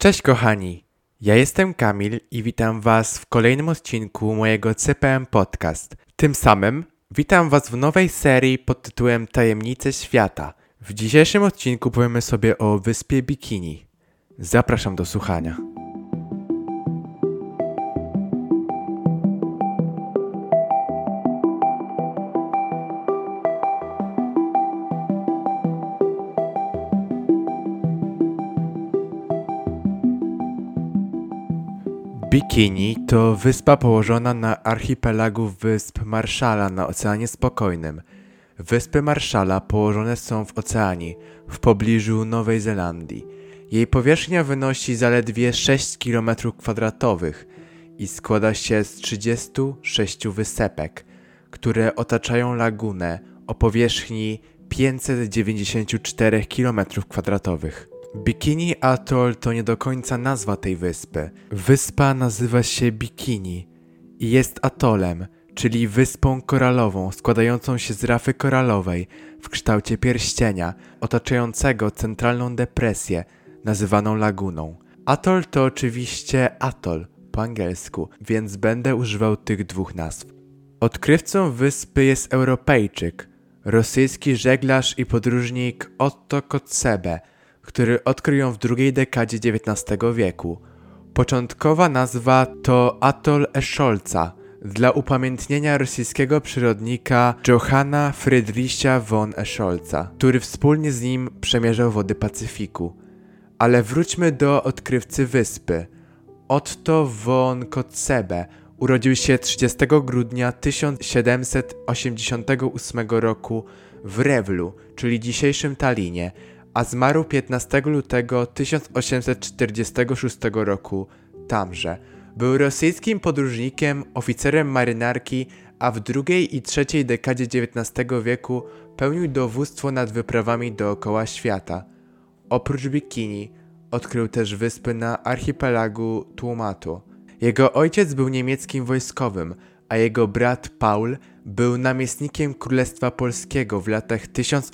Cześć kochani, ja jestem Kamil i witam was w kolejnym odcinku mojego CPM Podcast. Tym samym witam was w nowej serii pod tytułem Tajemnice Świata. W dzisiejszym odcinku powiemy sobie o wyspie Bikini. Zapraszam do słuchania. Bikini to wyspa położona na archipelagu wysp Marshalla na Oceanie Spokojnym. Wyspy Marshalla położone są w oceanie, w pobliżu Nowej Zelandii. Jej powierzchnia wynosi zaledwie 6 km² i składa się z 36 wysepek, które otaczają lagunę o powierzchni 594 km². Bikini Atoll to nie do końca nazwa tej wyspy. Wyspa nazywa się Bikini i jest atolem, czyli wyspą koralową składającą się z rafy koralowej w kształcie pierścienia otaczającego centralną depresję nazywaną laguną. Atoll to oczywiście atol po angielsku, więc będę używał tych dwóch nazw. Odkrywcą wyspy jest Europejczyk, rosyjski żeglarz i podróżnik Otto Kotzebue, który odkrył ją w drugiej dekadzie XIX wieku. Początkowa nazwa to Atol Escholza, dla upamiętnienia rosyjskiego przyrodnika Johanna Friedricha von Escholza, który wspólnie z nim przemierzał wody Pacyfiku. Ale wróćmy do odkrywcy wyspy. Otto von Kotzebue urodził się 30 grudnia 1788 roku w Rewlu, czyli dzisiejszym Tallinie, a zmarł 15 lutego 1846 roku tamże. Był rosyjskim podróżnikiem, oficerem marynarki, a w drugiej i trzeciej dekadzie XIX wieku pełnił dowództwo nad wyprawami dookoła świata. Oprócz Bikini odkrył też wyspy na archipelagu Tuamatu. Jego ojciec był niemieckim wojskowym, a jego brat Paul był namiestnikiem Królestwa Polskiego w latach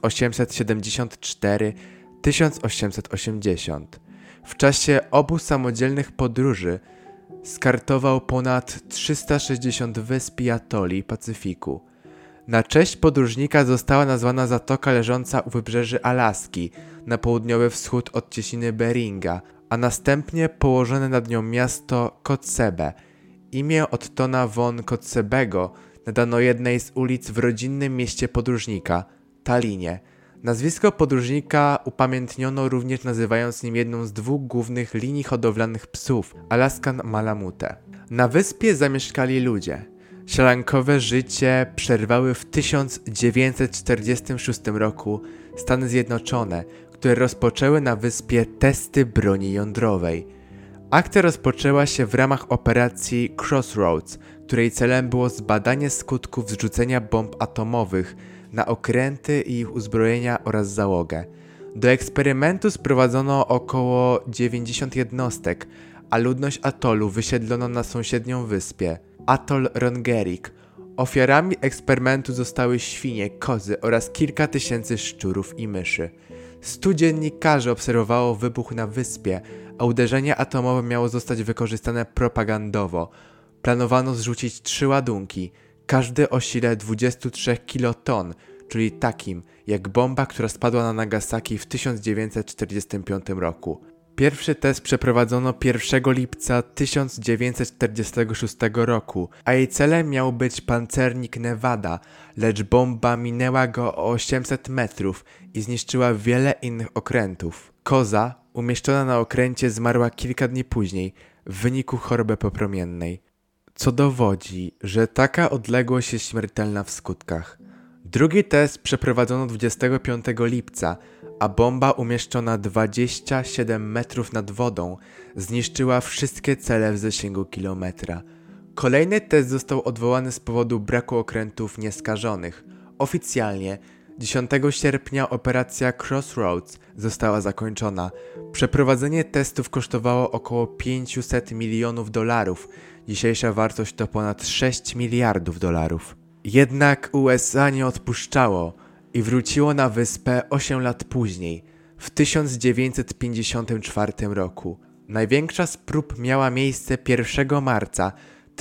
1874-1880. W czasie obu samodzielnych podróży skartował ponad 360 wysp i atoli Pacyfiku. Na cześć podróżnika została nazwana zatoka leżąca u wybrzeży Alaski, na południowy wschód od cieśniny Beringa, a następnie położone nad nią miasto Kotzebue. Imię Ottona von Kotzebuego nadano jednej z ulic w rodzinnym mieście podróżnika, Tallinie. Nazwisko podróżnika upamiętniono również nazywając nim jedną z dwóch głównych linii hodowlanych psów, Alaskan Malamute. Na wyspie zamieszkali ludzie. Sielankowe życie przerwały w 1946 roku Stany Zjednoczone, które rozpoczęły na wyspie testy broni jądrowej. Akcja rozpoczęła się w ramach operacji Crossroads, której celem było zbadanie skutków zrzucenia bomb atomowych na okręty i ich uzbrojenia oraz załogę. Do eksperymentu sprowadzono około 90 jednostek, a ludność atolu wysiedlono na sąsiednią wyspie, atol Rongerik. Ofiarami eksperymentu zostały świnie, kozy oraz kilka tysięcy szczurów i myszy. 100 dziennikarzy obserwowało wybuch na wyspie, a uderzenie atomowe miało zostać wykorzystane propagandowo. Planowano zrzucić 3 ładunki, każdy o sile 23 kiloton, czyli takim jak bomba, która spadła na Nagasaki w 1945 roku. Pierwszy test przeprowadzono 1 lipca 1946 roku, a jej celem miał być pancernik Nevada, lecz bomba minęła go o 800 metrów i zniszczyła wiele innych okrętów. Koza, umieszczona na okręcie, zmarła kilka dni później w wyniku choroby popromiennej, co dowodzi, że taka odległość jest śmiertelna w skutkach. Drugi test przeprowadzono 25 lipca, a bomba umieszczona 27 metrów nad wodą zniszczyła wszystkie cele w zasięgu kilometra. Kolejny test został odwołany z powodu braku okrętów nieskażonych. Oficjalnie 10 sierpnia operacja Crossroads została zakończona. Przeprowadzenie testów kosztowało około $500 milionów. Dzisiejsza wartość to ponad 6 miliardów dolarów. Jednak USA nie odpuszczało i wróciło na wyspę 8 lat później, w 1954 roku. Największa z prób miała miejsce 1 marca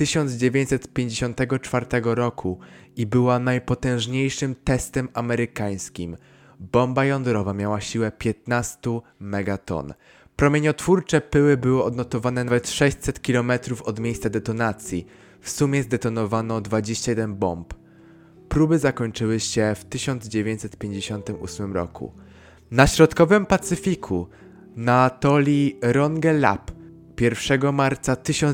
1954 roku i była najpotężniejszym testem amerykańskim. Bomba jądrowa miała siłę 15 megaton. Promieniotwórcze pyły były odnotowane nawet 600 km od miejsca detonacji. W sumie zdetonowano 21 bomb. Próby zakończyły się w 1958 roku. Na środkowym Pacyfiku, na atoli Rongelap, 1 marca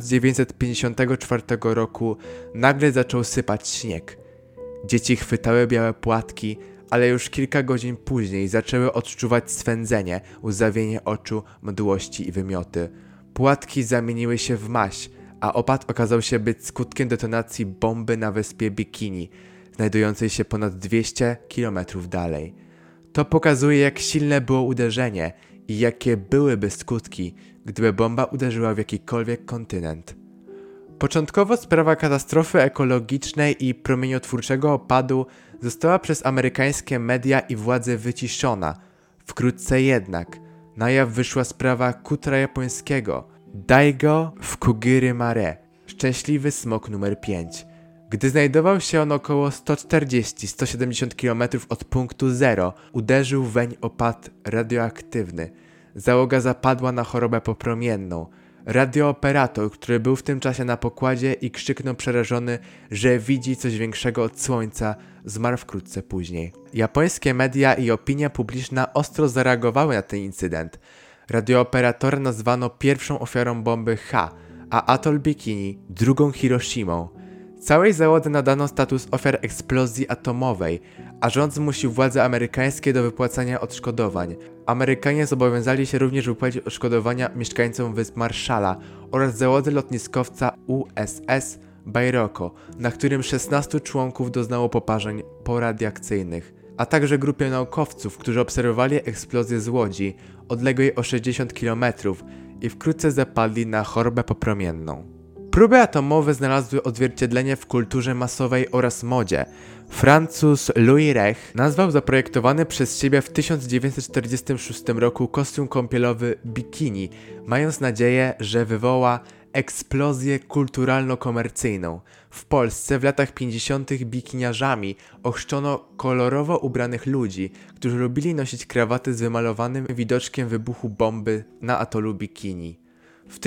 1954 roku nagle zaczął sypać śnieg. Dzieci chwytały białe płatki, ale już kilka godzin później zaczęły odczuwać swędzenie, łzawienie oczu, mdłości i wymioty. Płatki zamieniły się w maź, a opad okazał się być skutkiem detonacji bomby na wyspie Bikini, znajdującej się ponad 200 km dalej. To pokazuje, jak silne było uderzenie i jakie byłyby skutki, gdyby bomba uderzyła w jakikolwiek kontynent. Początkowo sprawa katastrofy ekologicznej i promieniotwórczego opadu została przez amerykańskie media i władze wyciszona. Wkrótce jednak na jaw wyszła sprawa kutra japońskiego Daigo Fukugiri Mare, szczęśliwy smok numer 5. Gdy znajdował się on około 140-170 km od punktu zero, uderzył weń opad radioaktywny. Załoga zapadła na chorobę popromienną. Radiooperator, który był w tym czasie na pokładzie i krzyknął przerażony, że widzi coś większego od słońca, zmarł wkrótce później. Japońskie media i opinia publiczna ostro zareagowały na ten incydent. Radiooperatora nazwano pierwszą ofiarą bomby H, a atol Bikini drugą Hiroshimą. Całej załodze nadano status ofiar eksplozji atomowej, a rząd zmusił władze amerykańskie do wypłacania odszkodowań. Amerykanie zobowiązali się również wypłacić odszkodowania mieszkańcom Wysp Marshalla oraz załodze lotniskowca USS Bairoko, na którym 16 członków doznało poparzeń poradioakcyjnych, a także grupie naukowców, którzy obserwowali eksplozję z łodzi odległej o 60 km i wkrótce zapadli na chorobę popromienną. Próby atomowe znalazły odzwierciedlenie w kulturze masowej oraz modzie. Francuz Louis Rech nazwał zaprojektowany przez siebie w 1946 roku kostium kąpielowy bikini, mając nadzieję, że wywoła eksplozję kulturalno-komercyjną. W Polsce w latach 50. bikiniarzami ochrzczono kolorowo ubranych ludzi, którzy lubili nosić krawaty z wymalowanym widoczkiem wybuchu bomby na atolu Bikini. W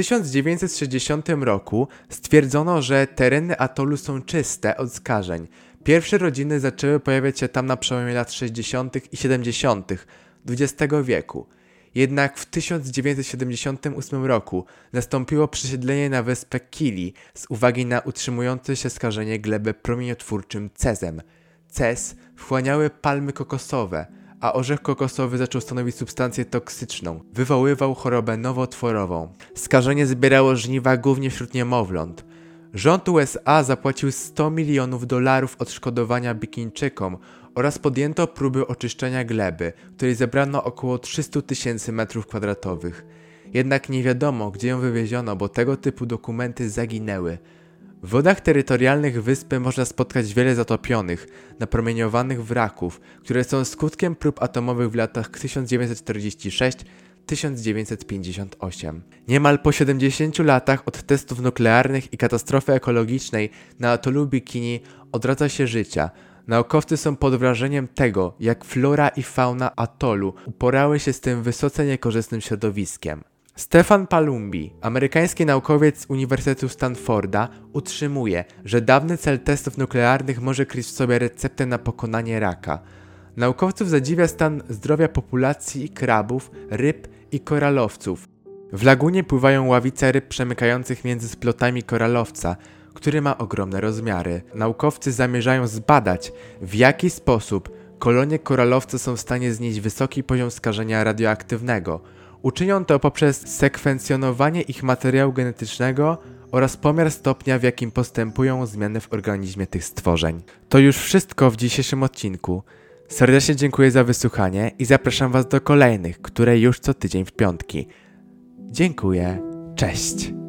1960 roku stwierdzono, że tereny atolu są czyste od skażeń. Pierwsze rodziny zaczęły pojawiać się tam na przełomie lat 60. i 70. XX wieku. Jednak w 1978 roku nastąpiło przesiedlenie na wyspę Kili z uwagi na utrzymujące się skażenie gleby promieniotwórczym cezem. Cez wchłaniały palmy kokosowe, a orzech kokosowy zaczął stanowić substancję toksyczną. Wywoływał chorobę nowotworową. Skażenie zbierało żniwa głównie wśród niemowląt. Rząd USA zapłacił $100 milionów odszkodowania Bikińczykom oraz podjęto próby oczyszczenia gleby, której zebrano około 300 000 m2. Jednak nie wiadomo, gdzie ją wywieziono, bo tego typu dokumenty zaginęły. W wodach terytorialnych wyspy można spotkać wiele zatopionych, napromieniowanych wraków, które są skutkiem prób atomowych w latach 1946-1958. Niemal po 70 latach od testów nuklearnych i katastrofy ekologicznej na atolu Bikini odradza się życia. Naukowcy są pod wrażeniem tego, jak flora i fauna atolu uporały się z tym wysoce niekorzystnym środowiskiem. Stefan Palumbi, amerykański naukowiec z Uniwersytetu Stanforda, utrzymuje, że dawny cel testów nuklearnych może kryć w sobie receptę na pokonanie raka. Naukowców zadziwia stan zdrowia populacji krabów, ryb i koralowców. W lagunie pływają ławice ryb przemykających między splotami koralowca, który ma ogromne rozmiary. Naukowcy zamierzają zbadać, w jaki sposób kolonie koralowca są w stanie znieść wysoki poziom skażenia radioaktywnego. Uczynią to poprzez sekwencjonowanie ich materiału genetycznego oraz pomiar stopnia, w jakim postępują zmiany w organizmie tych stworzeń. To już wszystko w dzisiejszym odcinku. Serdecznie dziękuję za wysłuchanie i zapraszam Was do kolejnych, które już co tydzień w piątki. Dziękuję, cześć!